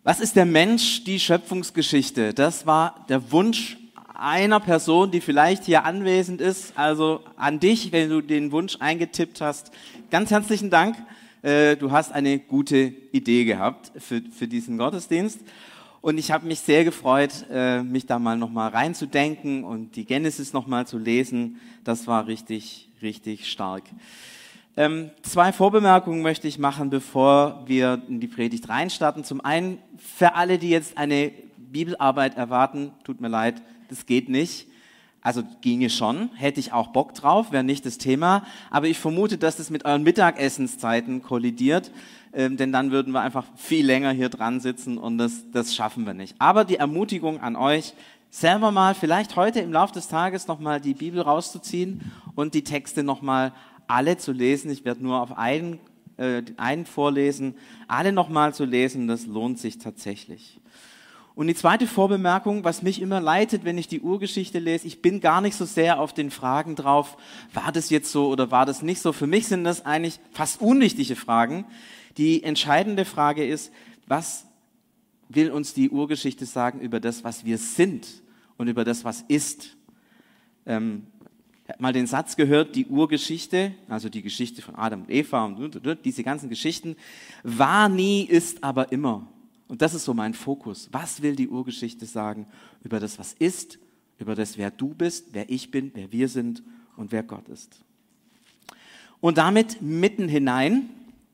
Was ist der Mensch, die Schöpfungsgeschichte? Das war der Wunsch einer Person, die vielleicht hier anwesend ist. Also an dich, wenn du den Wunsch eingetippt hast. Ganz herzlichen Dank. Du hast eine gute Idee gehabt für diesen Gottesdienst. Und ich habe mich sehr gefreut, mich da mal nochmal reinzudenken und die Genesis nochmal zu lesen. Das war richtig, richtig stark. 2 Vorbemerkungen möchte ich machen, bevor wir in die Predigt reinstarten. Zum einen, für alle, die jetzt eine Bibelarbeit erwarten, tut mir leid, das geht nicht. Also ginge schon, hätte ich auch Bock drauf, wäre nicht das Thema. Aber ich vermute, dass das mit euren Mittagessenszeiten kollidiert, denn dann würden wir einfach viel länger hier dran sitzen und das schaffen wir nicht. Aber die Ermutigung an euch, selber mal vielleicht heute im Laufe des Tages nochmal die Bibel rauszuziehen und die Texte nochmal alle zu lesen. Ich werde nur auf einen vorlesen. Alle nochmal zu lesen, das lohnt sich tatsächlich. Und die zweite Vorbemerkung, was mich immer leitet, wenn ich die Urgeschichte lese, ich bin gar nicht so sehr auf den Fragen drauf, war das jetzt so oder war das nicht so. Für mich sind das eigentlich fast unwichtige Fragen. Die entscheidende Frage ist, was will uns die Urgeschichte sagen über das, was wir sind und über das, was ist? Ich habe mal den Satz gehört, die Urgeschichte, also die Geschichte von Adam und Eva und diese ganzen Geschichten, war nie, ist aber immer. Und das ist so mein Fokus. Was will die Urgeschichte sagen über das, was ist, über das, wer du bist, wer ich bin, wer wir sind und wer Gott ist. Und damit mitten hinein,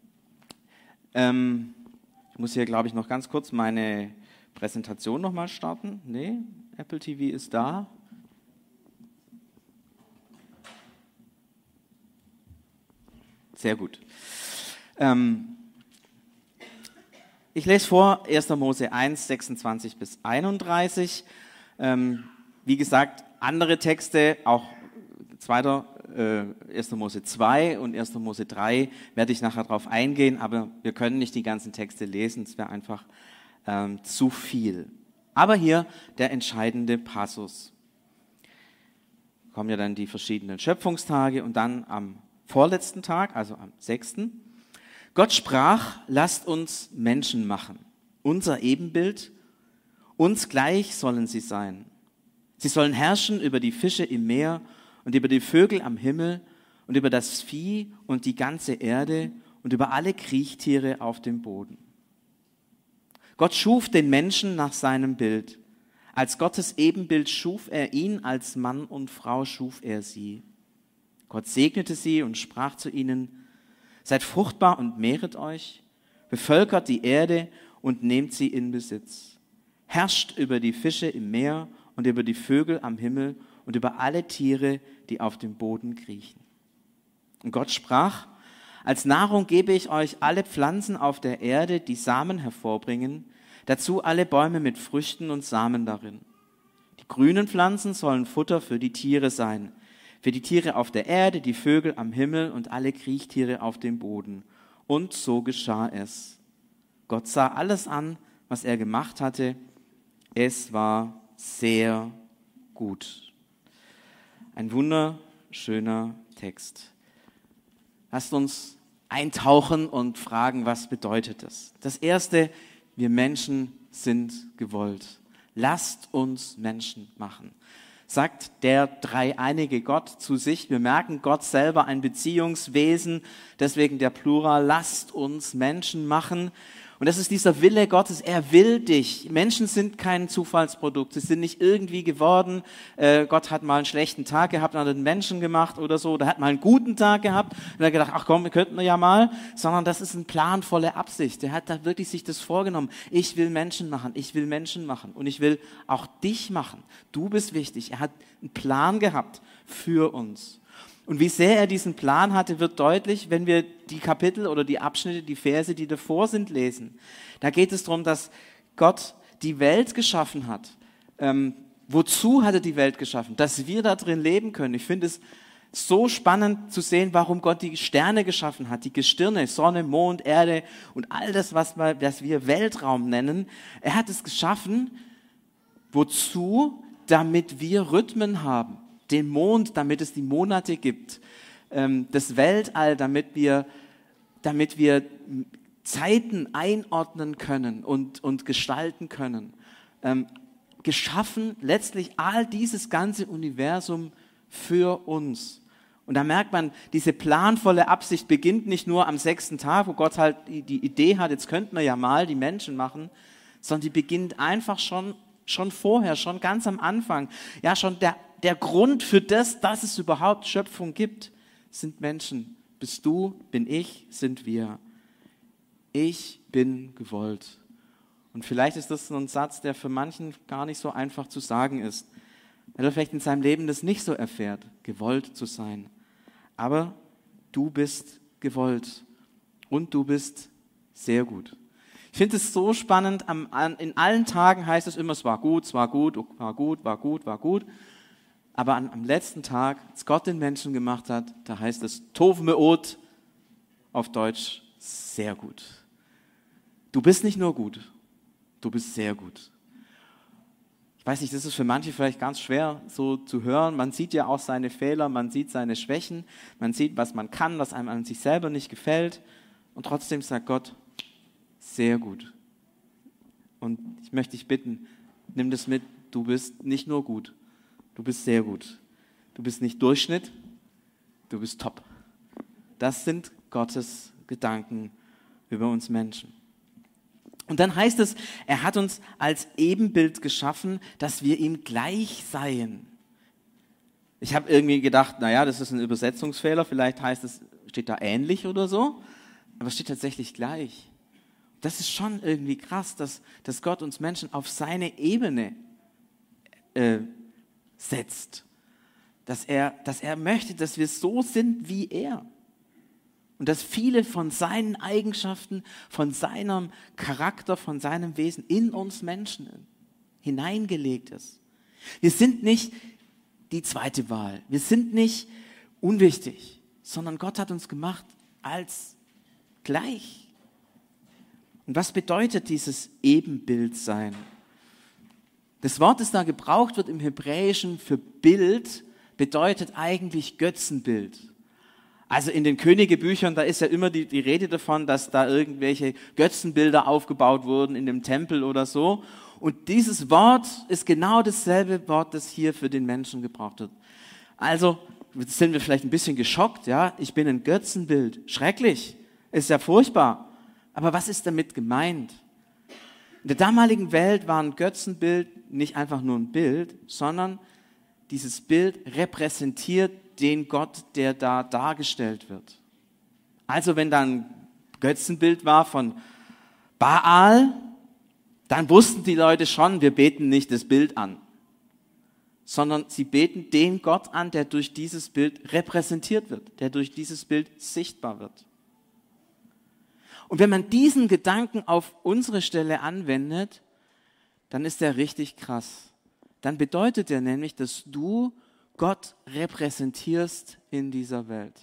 ich muss hier, glaube ich, noch ganz kurz meine Präsentation nochmal starten. Nee, Apple TV ist da. Sehr gut. Ich lese vor 1. Mose 1, 26 bis 31. Wie gesagt, andere Texte, auch 1. Mose 2 und 1. Mose 3 werde ich nachher drauf eingehen, aber wir können nicht die ganzen Texte lesen, es wäre einfach zu viel. Aber hier der entscheidende Passus. Kommen ja dann die verschiedenen Schöpfungstage und dann am vorletzten Tag, also am 6. Gott sprach, lasst uns Menschen machen, unser Ebenbild, uns gleich sollen sie sein. Sie sollen herrschen über die Fische im Meer und über die Vögel am Himmel und über das Vieh und die ganze Erde und über alle Kriechtiere auf dem Boden. Gott schuf den Menschen nach seinem Bild. Als Gottes Ebenbild schuf er ihn, als Mann und Frau schuf er sie. Gott segnete sie und sprach zu ihnen, seid fruchtbar und mehret euch, bevölkert die Erde und nehmt sie in Besitz. Herrscht über die Fische im Meer und über die Vögel am Himmel und über alle Tiere, die auf dem Boden kriechen. Und Gott sprach, als Nahrung gebe ich euch alle Pflanzen auf der Erde, die Samen hervorbringen, dazu alle Bäume mit Früchten und Samen darin. Die grünen Pflanzen sollen Futter für die Tiere sein, für die Tiere auf der Erde, die Vögel am Himmel und alle Kriechtiere auf dem Boden. Und so geschah es. Gott sah alles an, was er gemacht hatte. Es war sehr gut. Ein wunderschöner Text. Lasst uns eintauchen und fragen, was bedeutet das? Das Erste, wir Menschen sind gewollt. Lasst uns Menschen machen. Sagt der dreieinige Gott zu sich. Wir merken, Gott selber ein Beziehungswesen, deswegen der Plural, lasst uns Menschen machen. Und das ist dieser Wille Gottes, er will dich. Menschen sind kein Zufallsprodukt, sie sind nicht irgendwie geworden. Gott hat mal einen schlechten Tag gehabt und hat einen Menschen gemacht oder so, oder hat mal einen guten Tag gehabt und hat gedacht, ach komm, wir könnten ja mal, sondern das ist eine planvolle Absicht. Der hat da wirklich sich das vorgenommen. Ich will Menschen machen, ich will Menschen machen und ich will auch dich machen. Du bist wichtig. Er hat einen Plan gehabt für uns. Und wie sehr er diesen Plan hatte, wird deutlich, wenn wir die Kapitel oder die Abschnitte, die Verse, die davor sind, lesen. Da geht es darum, dass Gott die Welt geschaffen hat. Wozu hat er die Welt geschaffen? Dass wir da drin leben können. Ich finde es so spannend zu sehen, warum Gott die Sterne geschaffen hat, die Gestirne, Sonne, Mond, Erde und all das, was wir Weltraum nennen. Er hat es geschaffen. Wozu? Damit wir Rhythmen haben. Den Mond, damit es die Monate gibt, das Weltall, damit wir Zeiten einordnen können und gestalten können. Geschaffen letztlich all dieses ganze Universum für uns. Und da merkt man, diese planvolle Absicht beginnt nicht nur am 6. Tag, wo Gott halt die Idee hat, jetzt könnten wir ja mal die Menschen machen, sondern die beginnt einfach schon vorher, schon ganz am Anfang. Ja, schon der Grund für das, dass es überhaupt Schöpfung gibt, sind Menschen. Bist du, bin ich, sind wir. Ich bin gewollt. Und vielleicht ist das so ein Satz, der für manchen gar nicht so einfach zu sagen ist, weil er vielleicht in seinem Leben das nicht so erfährt, gewollt zu sein. Aber du bist gewollt und du bist sehr gut. Ich finde es so spannend, in allen Tagen heißt es immer, es war gut, war gut, war gut, war gut, war gut. Aber am letzten Tag, als Gott den Menschen gemacht hat, da heißt es Tov Me'od, auf Deutsch sehr gut. Du bist nicht nur gut, du bist sehr gut. Ich weiß nicht, das ist für manche vielleicht ganz schwer so zu hören. Man sieht ja auch seine Fehler, man sieht seine Schwächen, man sieht, was man kann, was einem an sich selber nicht gefällt. Und trotzdem sagt Gott, sehr gut. Und ich möchte dich bitten, nimm das mit, du bist nicht nur gut, du bist sehr gut. Du bist nicht Durchschnitt, du bist top. Das sind Gottes Gedanken über uns Menschen. Und dann heißt es, er hat uns als Ebenbild geschaffen, dass wir ihm gleich seien. Ich habe irgendwie gedacht, naja, das ist ein Übersetzungsfehler, vielleicht heißt es, steht da ähnlich oder so, aber es steht tatsächlich gleich. Das ist schon irgendwie krass, dass Gott uns Menschen auf seine Ebene setzt. Dass er möchte, dass wir so sind wie er. Und dass viele von seinen Eigenschaften, von seinem Charakter, von seinem Wesen in uns Menschen hineingelegt ist. Wir sind nicht die zweite Wahl. Wir sind nicht unwichtig, sondern Gott hat uns gemacht als gleich. Und was bedeutet dieses Ebenbild sein? Das Wort, das da gebraucht wird im Hebräischen für Bild, bedeutet eigentlich Götzenbild. Also in den Königebüchern, da ist ja immer die Rede davon, dass da irgendwelche Götzenbilder aufgebaut wurden in dem Tempel oder so. Und dieses Wort ist genau dasselbe Wort, das hier für den Menschen gebraucht wird. Also sind wir vielleicht ein bisschen geschockt, ja? Ich bin ein Götzenbild. Schrecklich. Ist ja furchtbar. Aber was ist damit gemeint? In der damaligen Welt war ein Götzenbild nicht einfach nur ein Bild, sondern dieses Bild repräsentiert den Gott, der da dargestellt wird. Also wenn da ein Götzenbild war von Baal, dann wussten die Leute schon, wir beten nicht das Bild an, sondern sie beten den Gott an, der durch dieses Bild repräsentiert wird, der durch dieses Bild sichtbar wird. Und wenn man diesen Gedanken auf unsere Stelle anwendet, dann ist der richtig krass. Dann bedeutet der nämlich, dass du Gott repräsentierst in dieser Welt.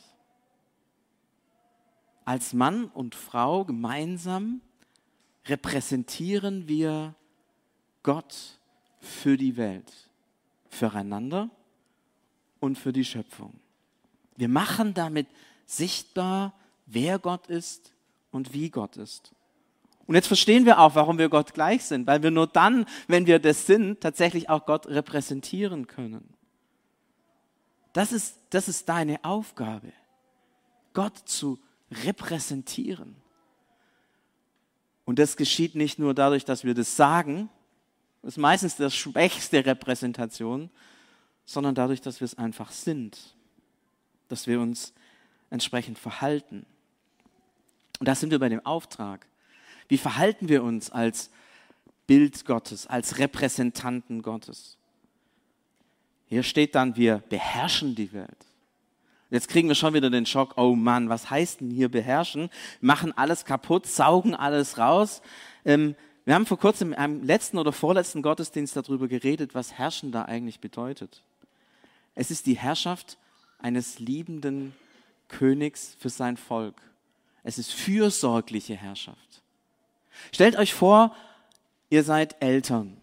Als Mann und Frau gemeinsam repräsentieren wir Gott für die Welt, füreinander und für die Schöpfung. Wir machen damit sichtbar, wer Gott ist und wie Gott ist. Und jetzt verstehen wir auch, warum wir Gott gleich sind, weil wir nur dann, wenn wir das sind, tatsächlich auch Gott repräsentieren können. Das ist deine Aufgabe, Gott zu repräsentieren. Und das geschieht nicht nur dadurch, dass wir das sagen, das ist meistens die schwächste Repräsentation, sondern dadurch, dass wir es einfach sind, dass wir uns entsprechend verhalten. Und da sind wir bei dem Auftrag. Wie verhalten wir uns als Bild Gottes, als Repräsentanten Gottes? Hier steht dann, wir beherrschen die Welt. Jetzt kriegen wir schon wieder den Schock, oh Mann, was heißt denn hier beherrschen? Machen alles kaputt, saugen alles raus. Wir haben vor kurzem in einem letzten oder vorletzten Gottesdienst darüber geredet, was herrschen da eigentlich bedeutet. Es ist die Herrschaft eines liebenden Königs für sein Volk. Es ist fürsorgliche Herrschaft. Stellt euch vor, ihr seid Eltern,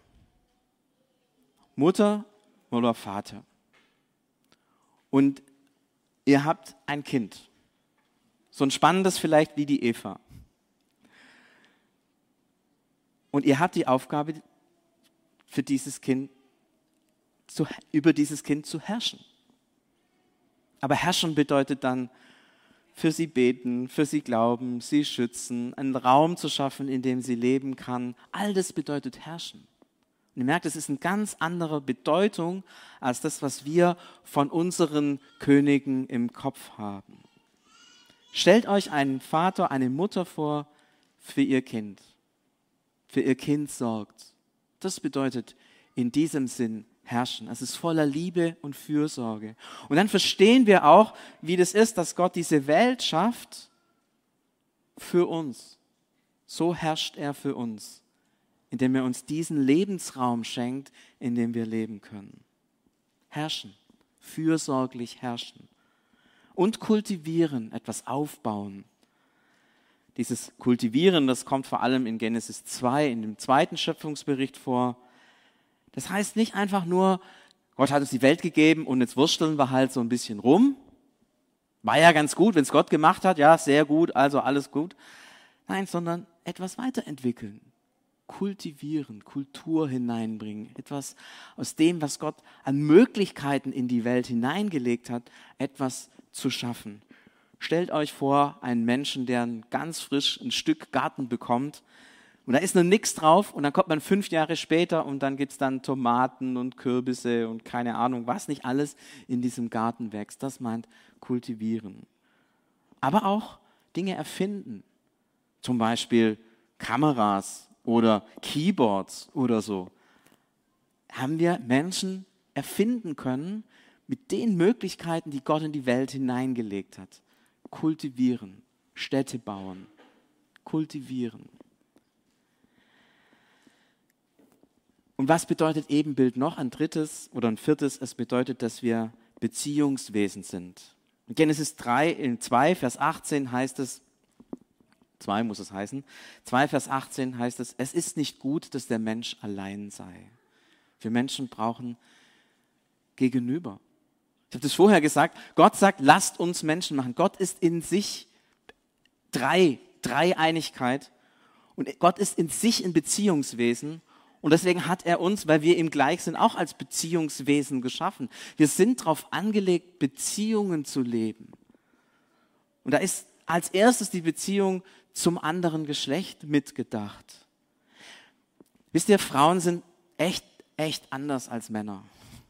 Mutter oder Vater. Und ihr habt ein Kind. So ein spannendes vielleicht wie die Eva. Und ihr habt die Aufgabe, über dieses Kind zu herrschen. Aber herrschen bedeutet dann, für sie beten, für sie glauben, sie schützen, einen Raum zu schaffen, in dem sie leben kann. All das bedeutet herrschen. Und ihr merkt, es ist eine ganz andere Bedeutung als das, was wir von unseren Königen im Kopf haben. Stellt euch einen Vater, eine Mutter vor, für ihr Kind. Für ihr Kind sorgt. Das bedeutet in diesem Sinn herrschen. Es ist voller Liebe und Fürsorge. Und dann verstehen wir auch, wie das ist, dass Gott diese Welt schafft für uns. So herrscht er für uns, indem er uns diesen Lebensraum schenkt, in dem wir leben können. Herrschen, fürsorglich herrschen und kultivieren, etwas aufbauen. Dieses Kultivieren, das kommt vor allem in Genesis 2, in dem zweiten Schöpfungsbericht vor. Das heißt nicht einfach nur, Gott hat uns die Welt gegeben und jetzt wursteln wir halt so ein bisschen rum. War ja ganz gut, wenn es Gott gemacht hat, ja, sehr gut, also alles gut. Nein, sondern etwas weiterentwickeln, kultivieren, Kultur hineinbringen, etwas aus dem, was Gott an Möglichkeiten in die Welt hineingelegt hat, etwas zu schaffen. Stellt euch vor, einen Menschen, der ganz frisch ein Stück Garten bekommt und da ist noch nichts drauf und dann kommt man 5 Jahre später und dann gibt es dann Tomaten und Kürbisse und keine Ahnung, was nicht alles in diesem Garten wächst. Das meint kultivieren. Aber auch Dinge erfinden, zum Beispiel Kameras oder Keyboards oder so. Haben wir Menschen erfinden können mit den Möglichkeiten, die Gott in die Welt hineingelegt hat. Kultivieren, Städte bauen, kultivieren. Und was bedeutet Ebenbild noch? Ein drittes oder ein viertes, es bedeutet, dass wir Beziehungswesen sind. In Genesis 3, in 2, Vers 18 heißt es, 2 muss es heißen, 2, Vers 18 heißt es, es ist nicht gut, dass der Mensch allein sei. Wir Menschen brauchen Gegenüber. Ich habe das vorher gesagt, Gott sagt, lasst uns Menschen machen. Gott ist in sich Dreieinigkeit und Gott ist in sich ein Beziehungswesen und deswegen hat er uns, weil wir ihm gleich sind, auch als Beziehungswesen geschaffen. Wir sind darauf angelegt, Beziehungen zu leben. Und da ist als erstes die Beziehung zum anderen Geschlecht mitgedacht. Wisst ihr, Frauen sind echt anders als Männer.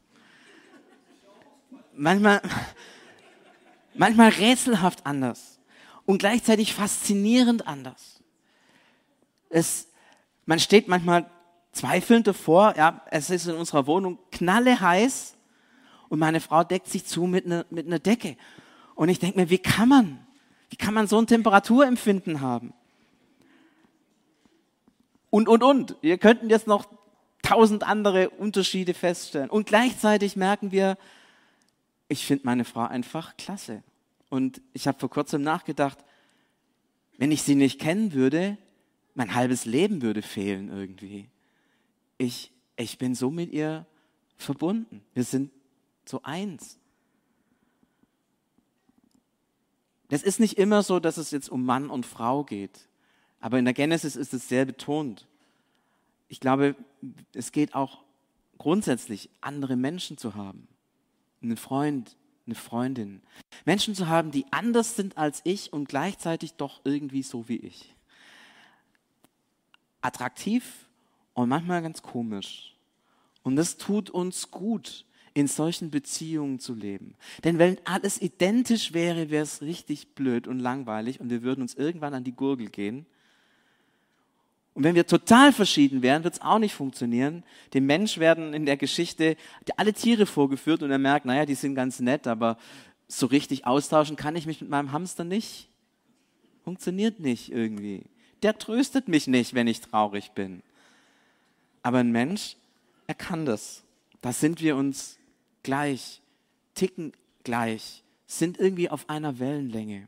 Manchmal rätselhaft anders und gleichzeitig faszinierend anders. Man steht manchmal zweifelnd davor, ja, es ist in unserer Wohnung knalleheiß und meine Frau deckt sich zu mit einer Decke. Und ich denke mir, wie kann man so ein Temperaturempfinden haben? Und. Wir könnten jetzt noch 1000 andere Unterschiede feststellen. Und gleichzeitig merken wir, ich finde meine Frau einfach klasse. Und ich habe vor kurzem nachgedacht, wenn ich sie nicht kennen würde, mein halbes Leben würde fehlen irgendwie. Ich bin so mit ihr verbunden. Wir sind so eins. Es ist nicht immer so, dass es jetzt um Mann und Frau geht. Aber in der Genesis ist es sehr betont. Ich glaube, es geht auch grundsätzlich, andere Menschen zu haben. Einen Freund, eine Freundin. Menschen zu haben, die anders sind als ich und gleichzeitig doch irgendwie so wie ich. Attraktiv und manchmal ganz komisch. Und das tut uns gut, in solchen Beziehungen zu leben. Denn wenn alles identisch wäre, wäre es richtig blöd und langweilig und wir würden uns irgendwann an die Gurgel gehen. Und wenn wir total verschieden wären, wird es auch nicht funktionieren. Dem Mensch werden in der Geschichte alle Tiere vorgeführt und er merkt, naja, die sind ganz nett, aber so richtig austauschen kann ich mich mit meinem Hamster nicht. Funktioniert nicht irgendwie. Der tröstet mich nicht, wenn ich traurig bin. Aber ein Mensch, er kann das. Da sind wir uns gleich, ticken gleich, sind irgendwie auf einer Wellenlänge.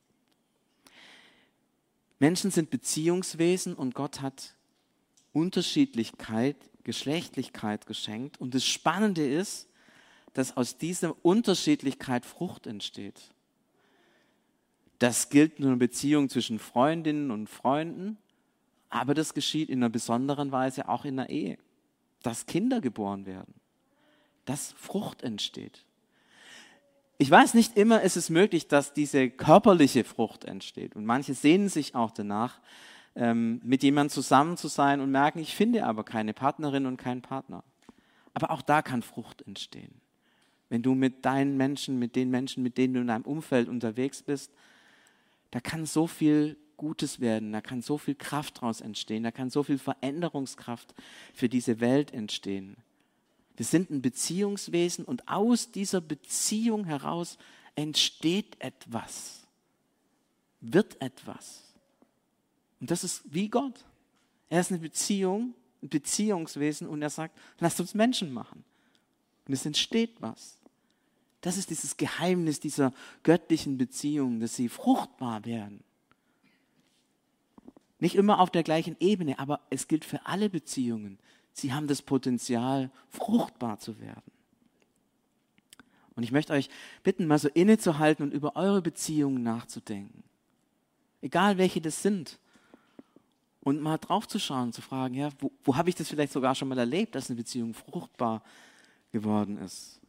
Menschen sind Beziehungswesen und Gott hat Unterschiedlichkeit, Geschlechtlichkeit geschenkt. Und das Spannende ist, dass aus dieser Unterschiedlichkeit Frucht entsteht. Das gilt nur in Beziehungen zwischen Freundinnen und Freunden, Aber das geschieht in einer besonderen Weise auch in der Ehe, dass Kinder geboren werden, dass Frucht entsteht. Ich weiß, nicht immer ist es möglich, dass diese körperliche Frucht entsteht. Und manche sehnen sich auch danach, mit jemandem zusammen zu sein und merken, ich finde aber keine Partnerin und keinen Partner. Aber auch da kann Frucht entstehen. Wenn du mit deinen Menschen, mit den Menschen, mit denen du in deinem Umfeld unterwegs bist, da kann so viel Gutes werden, da kann so viel Kraft daraus entstehen, da kann so viel Veränderungskraft für diese Welt entstehen. Wir sind ein Beziehungswesen und aus dieser Beziehung heraus entsteht etwas, wird etwas. Und das ist wie Gott. Er ist eine Beziehung, ein Beziehungswesen und er sagt, lasst uns Menschen machen. Und es entsteht was. Das ist dieses Geheimnis dieser göttlichen Beziehung, dass sie fruchtbar werden. Nicht immer auf der gleichen Ebene, aber es gilt für alle Beziehungen. Sie haben das Potenzial, fruchtbar zu werden. Und ich möchte euch bitten, mal so innezuhalten und über eure Beziehungen nachzudenken. Egal welche das sind. Und mal draufzuschauen, zu fragen, ja, wo habe ich das vielleicht sogar schon mal erlebt, dass eine Beziehung fruchtbar geworden ist.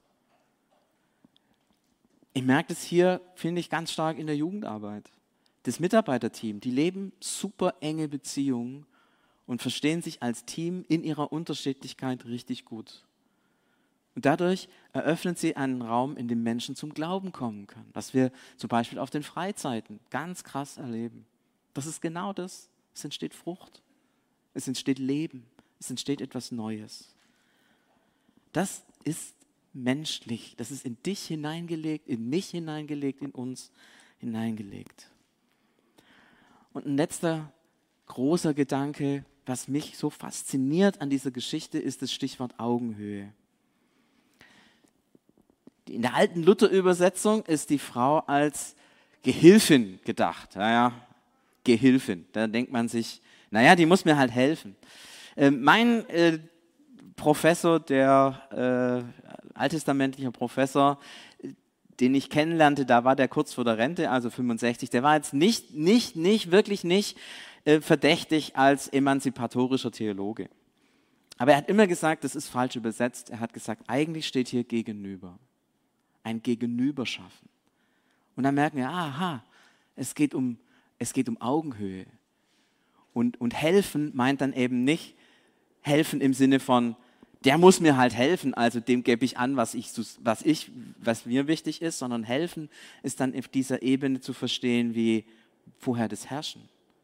Ich merke das hier, finde ich, ganz stark in der Jugendarbeit. Das Mitarbeiterteam, die leben super enge Beziehungen und verstehen sich als Team in ihrer Unterschiedlichkeit richtig gut. Und dadurch eröffnen sie einen Raum, in dem Menschen zum Glauben kommen können, was wir zum Beispiel auf den Freizeiten ganz krass erleben. Das ist genau das. Es entsteht Frucht, es entsteht Leben, es entsteht etwas Neues. Das ist menschlich, das ist in dich hineingelegt, in mich hineingelegt, in uns hineingelegt. Und ein letzter großer Gedanke, was mich so fasziniert an dieser Geschichte, ist das Stichwort Augenhöhe. In der alten Luther-Übersetzung ist die Frau als Gehilfin gedacht. Gehilfin. Da denkt man sich, die muss mir halt helfen. Mein Professor, der alttestamentlicher Professor, den ich kennenlernte, da war der kurz vor der Rente, also 65, der war jetzt wirklich nicht verdächtig als emanzipatorischer Theologe. Aber er hat immer gesagt, das ist falsch übersetzt. Er hat gesagt, eigentlich steht hier gegenüber. Ein Gegenüberschaffen. Und dann merken wir, aha, es geht um Augenhöhe. Und helfen meint dann eben nicht helfen im Sinne von, der muss mir halt helfen, also dem gebe ich an, was mir wichtig ist, sondern helfen ist dann auf dieser Ebene zu verstehen, wie vorher das Herrschen.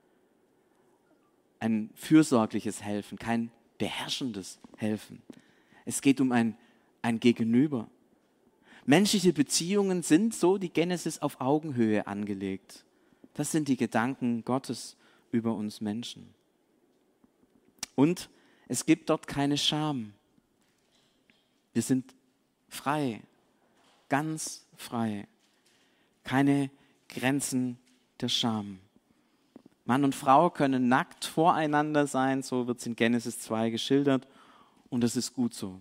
Ein fürsorgliches Helfen, kein beherrschendes Helfen. Es geht um ein Gegenüber. Menschliche Beziehungen sind so die Genesis auf Augenhöhe angelegt. Das sind die Gedanken Gottes über uns Menschen. Und es gibt dort keine Scham. Wir sind frei, ganz frei. Keine Grenzen der Scham. Mann und Frau können nackt voreinander sein, so wird es in Genesis 2 geschildert, und das ist gut so.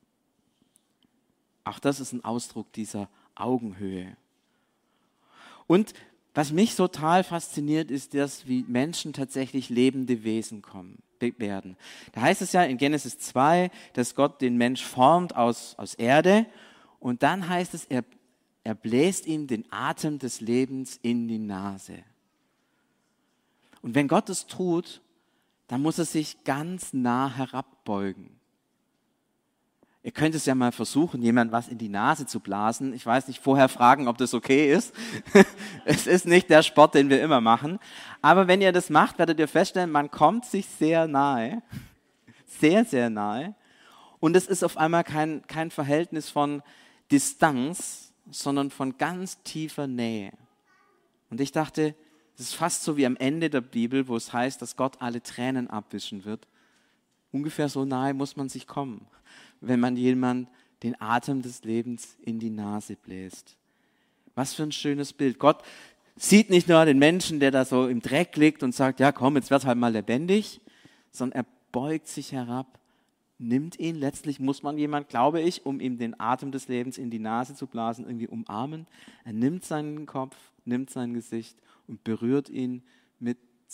Auch das ist ein Ausdruck dieser Augenhöhe. Und was mich total fasziniert, ist das, wie Menschen tatsächlich lebende Wesen werden. Da heißt es ja in Genesis 2, dass Gott den Mensch formt aus Erde, und dann heißt es, er bläst ihm den Atem des Lebens in die Nase. Und wenn Gott es tut, dann muss er sich ganz nah herabbeugen. Ihr könnt es ja mal versuchen, jemand was in die Nase zu blasen. Ich weiß nicht, vorher fragen, ob das okay ist. Es ist nicht der Sport, den wir immer machen. Aber wenn ihr das macht, werdet ihr feststellen, man kommt sich sehr nahe. Sehr, sehr nahe. Und es ist auf einmal kein Verhältnis von Distanz, sondern von ganz tiefer Nähe. Und ich dachte, das ist fast so wie am Ende der Bibel, wo es heißt, dass Gott alle Tränen abwischen wird. Ungefähr so nahe muss man sich kommen, wenn man jemand den Atem des Lebens in die Nase bläst. Was für ein schönes Bild. Gott sieht nicht nur den Menschen, der da so im Dreck liegt und sagt, ja komm, jetzt wird halt mal lebendig, sondern er beugt sich herab, nimmt ihn. Letztlich muss man jemand, glaube ich, um ihm den Atem des Lebens in die Nase zu blasen, irgendwie umarmen. Er nimmt seinen Kopf, nimmt sein Gesicht und berührt ihn mit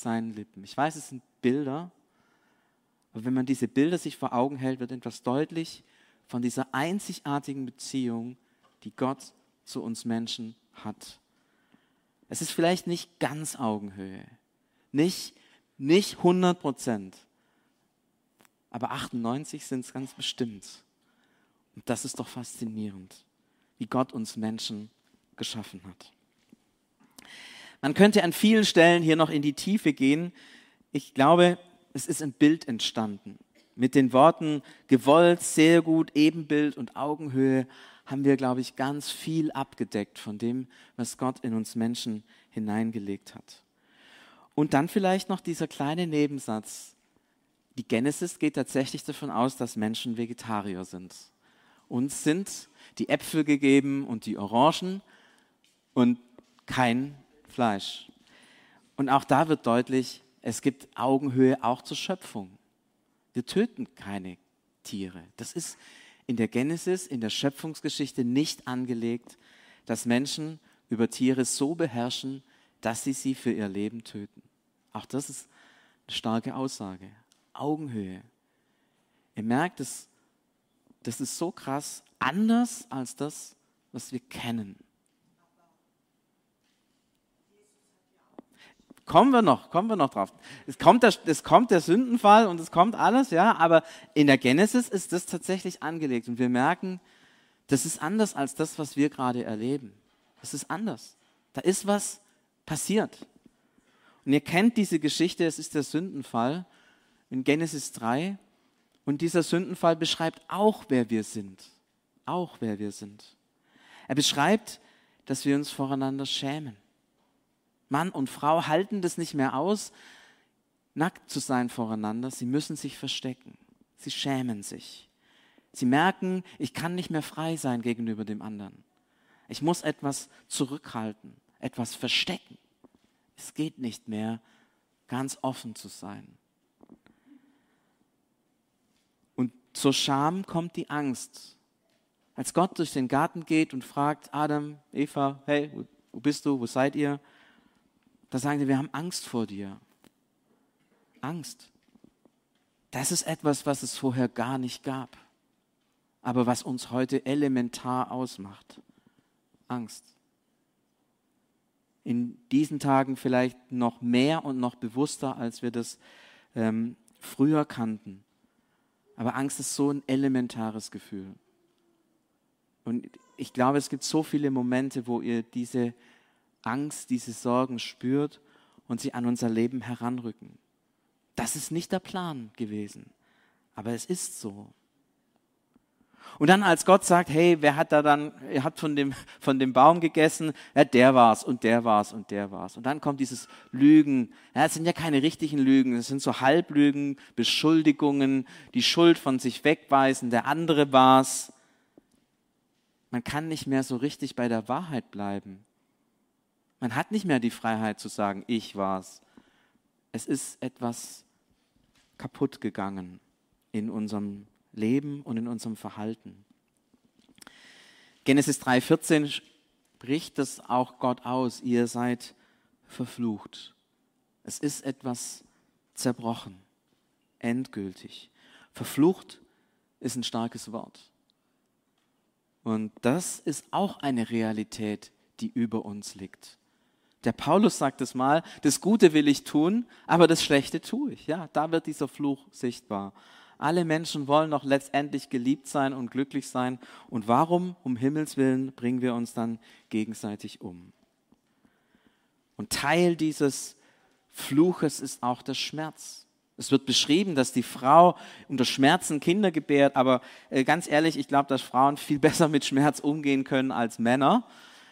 seinen Lippen. Ich weiß, es sind Bilder, aber wenn man diese Bilder sich vor Augen hält, wird etwas deutlich von dieser einzigartigen Beziehung, die Gott zu uns Menschen hat. Es ist vielleicht nicht ganz Augenhöhe, nicht 100%, aber 98 sind es ganz bestimmt. Und das ist doch faszinierend, wie Gott uns Menschen geschaffen hat. Man könnte an vielen Stellen hier noch in die Tiefe gehen. Ich glaube, es ist ein Bild entstanden. Mit den Worten gewollt, sehr gut, Ebenbild und Augenhöhe haben wir, glaube ich, ganz viel abgedeckt von dem, was Gott in uns Menschen hineingelegt hat. Und dann vielleicht noch dieser kleine Nebensatz. Die Genesis geht tatsächlich davon aus, dass Menschen Vegetarier sind. Uns sind die Äpfel gegeben und die Orangen und kein Fleisch. Und auch da wird deutlich, es gibt Augenhöhe auch zur Schöpfung. Wir töten keine Tiere. Das ist in der Genesis, in der Schöpfungsgeschichte nicht angelegt, dass Menschen über Tiere so beherrschen, dass sie für ihr Leben töten. Auch das ist eine starke Aussage. Augenhöhe. Ihr merkt, das ist so krass anders als das, was wir kennen. Kommen wir noch drauf. Es kommt der Sündenfall und es kommt alles, ja, aber in der Genesis ist das tatsächlich angelegt und wir merken, das ist anders als das, was wir gerade erleben. Das ist anders. Da ist was passiert. Und ihr kennt diese Geschichte, es ist der Sündenfall in Genesis 3 und dieser Sündenfall beschreibt auch, wer wir sind. Auch, wer wir sind. Er beschreibt, dass wir uns voreinander schämen. Mann und Frau halten das nicht mehr aus, nackt zu sein voreinander. Sie müssen sich verstecken. Sie schämen sich. Sie merken, ich kann nicht mehr frei sein gegenüber dem anderen. Ich muss etwas zurückhalten, etwas verstecken. Es geht nicht mehr, ganz offen zu sein. Und zur Scham kommt die Angst. Als Gott durch den Garten geht und fragt, Adam, Eva, hey, wo bist du, wo seid ihr? Da sagen sie, wir haben Angst vor dir. Angst. Das ist etwas, was es vorher gar nicht gab, aber was uns heute elementar ausmacht. Angst. In diesen Tagen vielleicht noch mehr und noch bewusster, als wir das früher kannten. Aber Angst ist so ein elementares Gefühl. Und ich glaube, es gibt so viele Momente, wo ihr diese Angst, diese Sorgen spürt und sie an unser Leben heranrücken. Das ist nicht der Plan gewesen, aber es ist so. Und dann als Gott sagt, hey, wer hat ihr habt von dem Baum gegessen, ja, der war's und der war's und der war's. Und dann kommt dieses Lügen, ja, es sind ja keine richtigen Lügen, es sind so Halblügen, Beschuldigungen, die Schuld von sich wegweisen, der andere war's. Man kann nicht mehr so richtig bei der Wahrheit bleiben. Man hat nicht mehr die Freiheit zu sagen, ich war's. Es ist etwas kaputt gegangen in unserem Leben und in unserem Verhalten. Genesis 3,14 spricht das auch Gott aus. Ihr seid verflucht. Es ist etwas zerbrochen, endgültig. Verflucht ist ein starkes Wort. Und das ist auch eine Realität, die über uns liegt. Der Paulus sagt es mal, das Gute will ich tun, aber das Schlechte tue ich. Ja, da wird dieser Fluch sichtbar. Alle Menschen wollen doch letztendlich geliebt sein und glücklich sein. Und warum, um Himmels Willen, bringen wir uns dann gegenseitig um? Und Teil dieses Fluches ist auch der Schmerz. Es wird beschrieben, dass die Frau unter Schmerzen Kinder gebärt, aber ganz ehrlich, ich glaube, dass Frauen viel besser mit Schmerz umgehen können als Männer.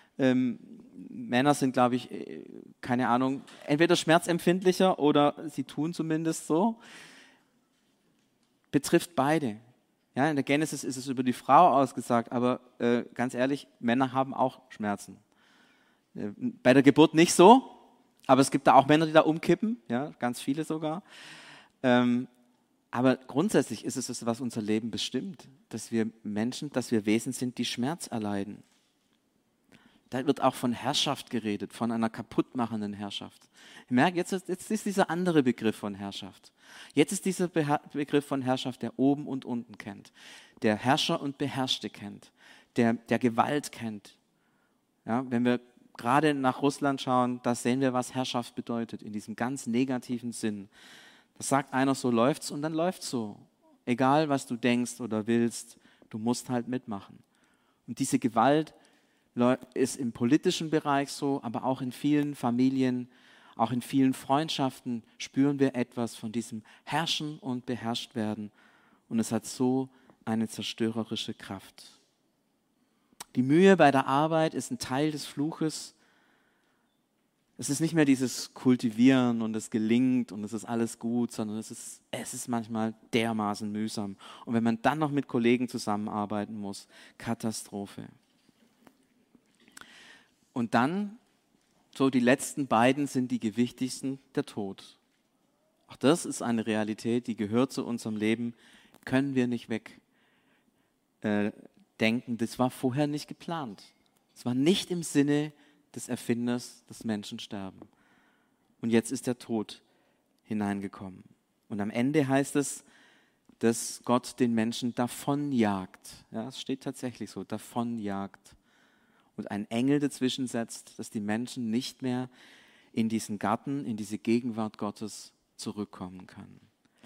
Männer sind, glaube ich, keine Ahnung, entweder schmerzempfindlicher oder sie tun zumindest so. Betrifft beide. Ja, in der Genesis ist es über die Frau ausgesagt, aber ganz ehrlich, Männer haben auch Schmerzen. Bei der Geburt nicht so, aber es gibt da auch Männer, die da umkippen, ja, ganz viele sogar. Aber grundsätzlich ist es, was unser Leben bestimmt, dass wir Menschen, dass wir Wesen sind, die Schmerz erleiden. Da wird auch von Herrschaft geredet, von einer kaputtmachenden Herrschaft. Ihr merkt, jetzt ist dieser andere Begriff von Herrschaft. Jetzt ist dieser Begriff von Herrschaft, der oben und unten kennt, der Herrscher und Beherrschte kennt, der Gewalt kennt. Ja, wenn wir gerade nach Russland schauen, da sehen wir, was Herrschaft bedeutet, in diesem ganz negativen Sinn. Da sagt einer, so läuft's und dann läuft's so. Egal, was du denkst oder willst, du musst halt mitmachen. Und diese Gewalt ist im politischen Bereich so, aber auch in vielen Familien, auch in vielen Freundschaften spüren wir etwas von diesem Herrschen und beherrscht werden. Und es hat so eine zerstörerische Kraft. Die Mühe bei der Arbeit ist ein Teil des Fluches. Es ist nicht mehr dieses Kultivieren und es gelingt und es ist alles gut, sondern es ist manchmal dermaßen mühsam. Und wenn man dann noch mit Kollegen zusammenarbeiten muss, Katastrophe. Und dann, so die letzten beiden sind die gewichtigsten, der Tod. Auch das ist eine Realität, die gehört zu unserem Leben, können wir nicht wegdenken. Das war vorher nicht geplant. Es war nicht im Sinne des Erfinders, dass Menschen sterben. Und jetzt ist der Tod hineingekommen. Und am Ende heißt es, dass Gott den Menschen davonjagt. Ja, es steht tatsächlich so, davonjagt. Und einen Engel dazwischen setzt, dass die Menschen nicht mehr in diesen Garten, in diese Gegenwart Gottes zurückkommen können.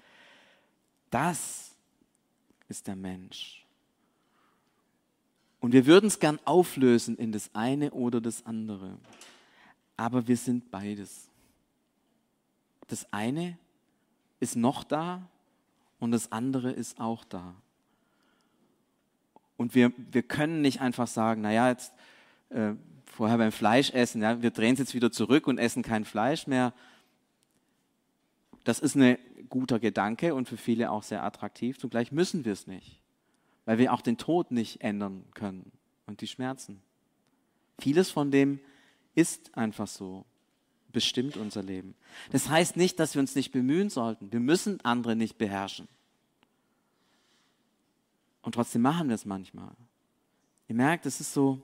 Das ist der Mensch. Und wir würden es gern auflösen in das eine oder das andere. Aber wir sind beides. Das eine ist noch da und das andere ist auch da. Und wir können nicht einfach sagen, naja, jetzt vorher beim Fleisch essen, ja, wir drehen es jetzt wieder zurück und essen kein Fleisch mehr. Das ist ein guter Gedanke und für viele auch sehr attraktiv. Zugleich müssen wir es nicht, weil wir auch den Tod nicht ändern können und die Schmerzen. Vieles von dem ist einfach so, bestimmt unser Leben. Das heißt nicht, dass wir uns nicht bemühen sollten. Wir müssen andere nicht beherrschen. Und trotzdem machen wir es manchmal. Ihr merkt, es ist so,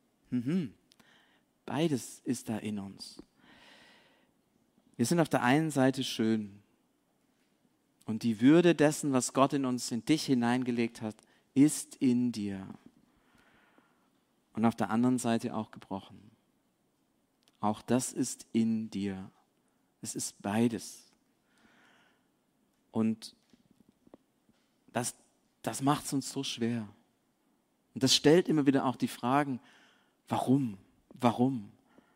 beides ist da in uns. Wir sind auf der einen Seite schön und die Würde dessen, was Gott in uns, in dich hineingelegt hat, ist in dir. Und auf der anderen Seite auch gebrochen. Auch das ist in dir. Es ist beides. Und das macht es uns so schwer. Und das stellt immer wieder auch die Fragen, warum? Warum?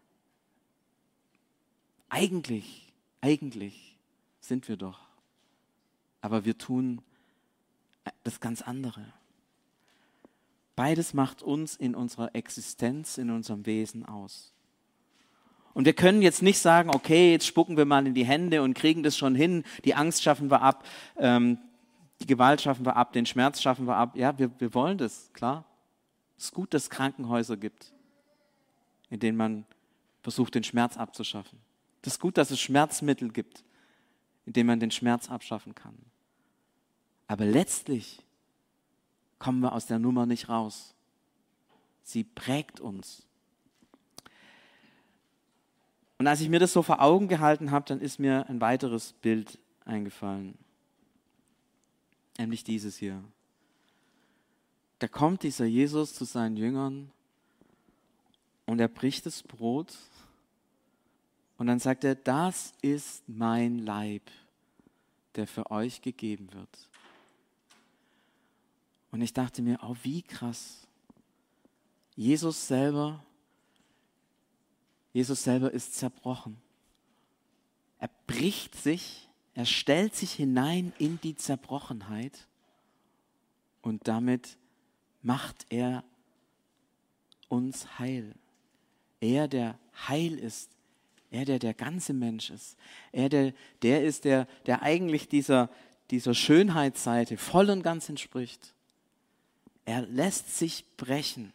Eigentlich sind wir doch. Aber wir tun das ganz andere. Beides macht uns in unserer Existenz, in unserem Wesen aus. Und wir können jetzt nicht sagen, okay, jetzt spucken wir mal in die Hände und kriegen das schon hin, die Angst schaffen wir ab, die Gewalt schaffen wir ab, den Schmerz schaffen wir ab. Ja, wir wollen das, klar. Es ist gut, dass es Krankenhäuser gibt, in denen man versucht, den Schmerz abzuschaffen. Das ist gut, dass es Schmerzmittel gibt, in denen man den Schmerz abschaffen kann. Aber letztlich kommen wir aus der Nummer nicht raus. Sie prägt uns. Und als ich mir das so vor Augen gehalten habe, dann ist mir ein weiteres Bild eingefallen. Nämlich dieses hier. Da kommt dieser Jesus zu seinen Jüngern und er bricht das Brot und dann sagt er, das ist mein Leib, der für euch gegeben wird. Und ich dachte mir, oh wie krass. Jesus selber ist zerbrochen. Er bricht sich, er stellt sich hinein in die Zerbrochenheit und damit macht er uns heil. Er, der heil ist, er, der ganze Mensch ist, er, der ist, der eigentlich dieser Schönheitsseite voll und ganz entspricht. Er lässt sich brechen,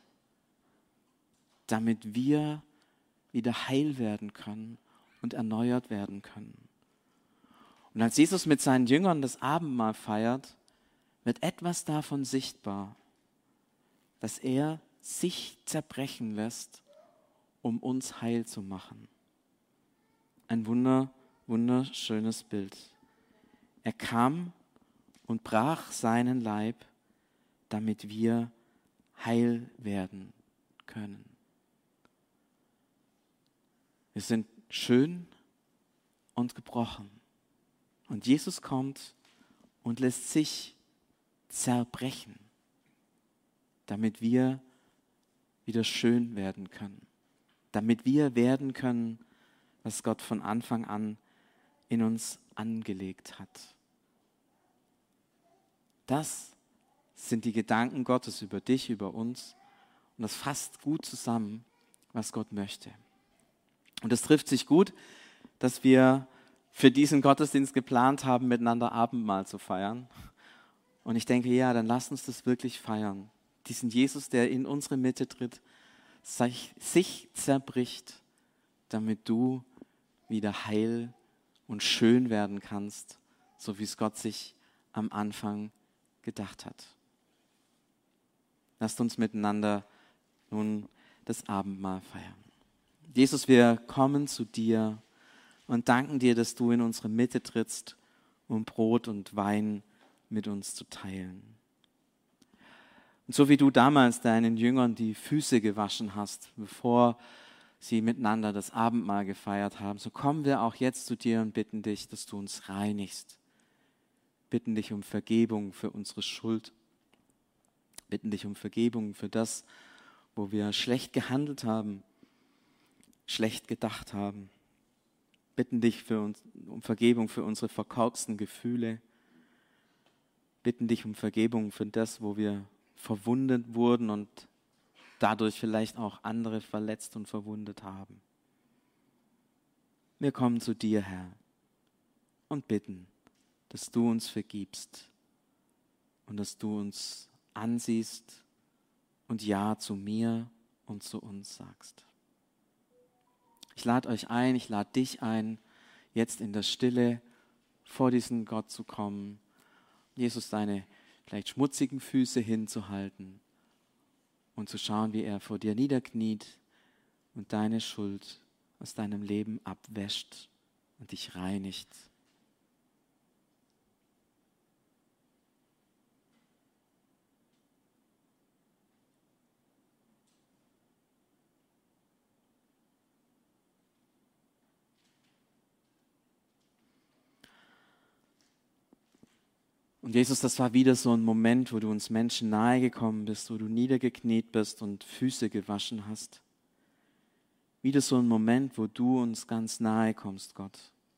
damit wir wieder heil werden können und erneuert werden können. Und als Jesus mit seinen Jüngern das Abendmahl feiert, wird etwas davon sichtbar, dass er sich zerbrechen lässt, um uns heil zu machen. Ein wunderschönes Bild. Er kam und brach seinen Leib, damit wir heil werden können. Wir sind schön und gebrochen. Und Jesus kommt und lässt sich zerbrechen, damit wir wieder schön werden können. Damit wir werden können, was Gott von Anfang an in uns angelegt hat. Das sind die Gedanken Gottes über dich, über uns. Und das fasst gut zusammen, was Gott möchte. Und es trifft sich gut, dass wir für diesen Gottesdienst geplant haben, miteinander Abendmahl zu feiern. Und ich denke, ja, dann lass uns das wirklich feiern. Diesen Jesus, der in unsere Mitte tritt, sich zerbricht, damit du wieder heil und schön werden kannst, so wie es Gott sich am Anfang gedacht hat. Lasst uns miteinander nun das Abendmahl feiern. Jesus, wir kommen zu dir und danken dir, dass du in unsere Mitte trittst, um Brot und Wein mit uns zu teilen. Und so wie du damals deinen Jüngern die Füße gewaschen hast, bevor sie miteinander das Abendmahl gefeiert haben, so kommen wir auch jetzt zu dir und bitten dich, dass du uns reinigst. Bitten dich um Vergebung für unsere Schuld. Bitten dich um Vergebung für das, wo wir schlecht gehandelt haben, schlecht gedacht haben. Bitten dich um Vergebung für unsere verkorksten Gefühle. Bitten dich um Vergebung für das, wo wir verwundet wurden und dadurch vielleicht auch andere verletzt und verwundet haben. Wir kommen zu dir, Herr, und bitten, dass du uns vergibst und dass du uns ansiehst und Ja zu mir und zu uns sagst. Ich lade euch ein, ich lade dich ein, jetzt in der Stille vor diesen Gott zu kommen, Jesus deine vielleicht schmutzigen Füße hinzuhalten und zu schauen, wie er vor dir niederkniet und deine Schuld aus deinem Leben abwäscht und dich reinigt. Und Jesus, das war wieder so ein Moment, wo du uns Menschen nahe gekommen bist, wo du niedergekniet bist und Füße gewaschen hast. Wieder so ein Moment, wo du uns ganz nahe kommst, Gott.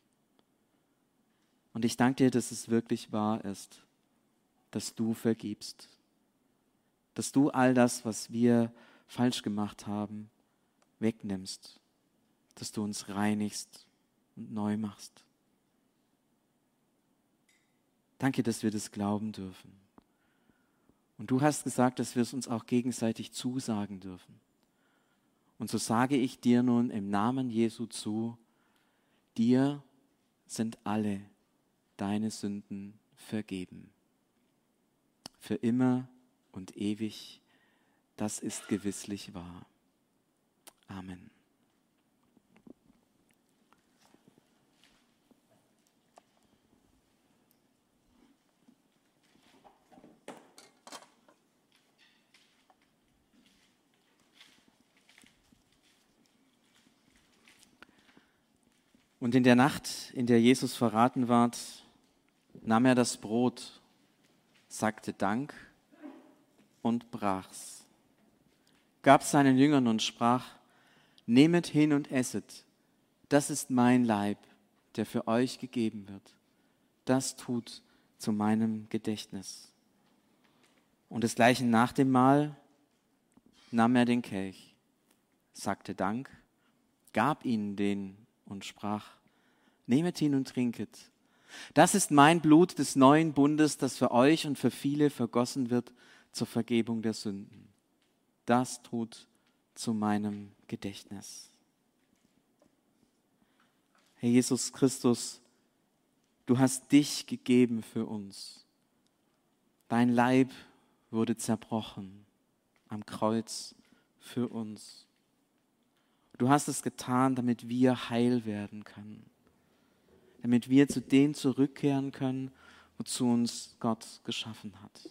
Und ich danke dir, dass es wirklich wahr ist, dass du vergibst. Dass du all das, was wir falsch gemacht haben, wegnimmst. Dass du uns reinigst und neu machst. Danke, dass wir das glauben dürfen. Und du hast gesagt, dass wir es uns auch gegenseitig zusagen dürfen. Und so sage ich dir nun im Namen Jesu zu, dir sind alle deine Sünden vergeben. Für immer und ewig, das ist gewisslich wahr. Amen. Und in der Nacht, in der Jesus verraten ward, nahm er das Brot, sagte Dank und brach's, gab seinen Jüngern und sprach: Nehmet hin und esset, das ist mein Leib, der für euch gegeben wird. Das tut zu meinem Gedächtnis. Und desgleichen nach dem Mahl nahm er den Kelch, sagte Dank, gab ihnen den und sprach: Nehmet hin und trinket. Das ist mein Blut des neuen Bundes, das für euch und für viele vergossen wird zur Vergebung der Sünden. Das tut zu meinem Gedächtnis. Herr Jesus Christus, du hast dich gegeben für uns. Dein Leib wurde zerbrochen am Kreuz für uns. Du hast es getan, damit wir heil werden können. Damit wir zu dem zurückkehren können, wozu uns Gott geschaffen hat.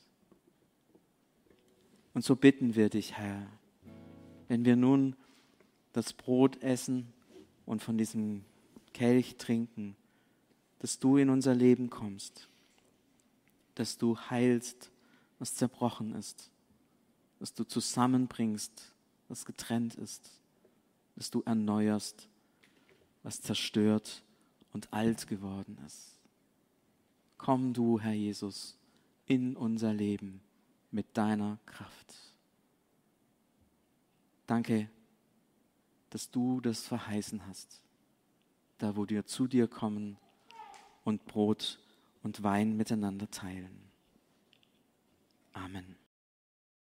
Und so bitten wir dich, Herr, wenn wir nun das Brot essen und von diesem Kelch trinken, dass du in unser Leben kommst, dass du heilst, was zerbrochen ist, dass du zusammenbringst, was getrennt ist, dass du erneuerst, was zerstört und alt geworden ist. Komm du, Herr Jesus, in unser Leben mit deiner Kraft. Danke, dass du das verheißen hast, da wo wir zu dir kommen und Brot und Wein miteinander teilen. Amen.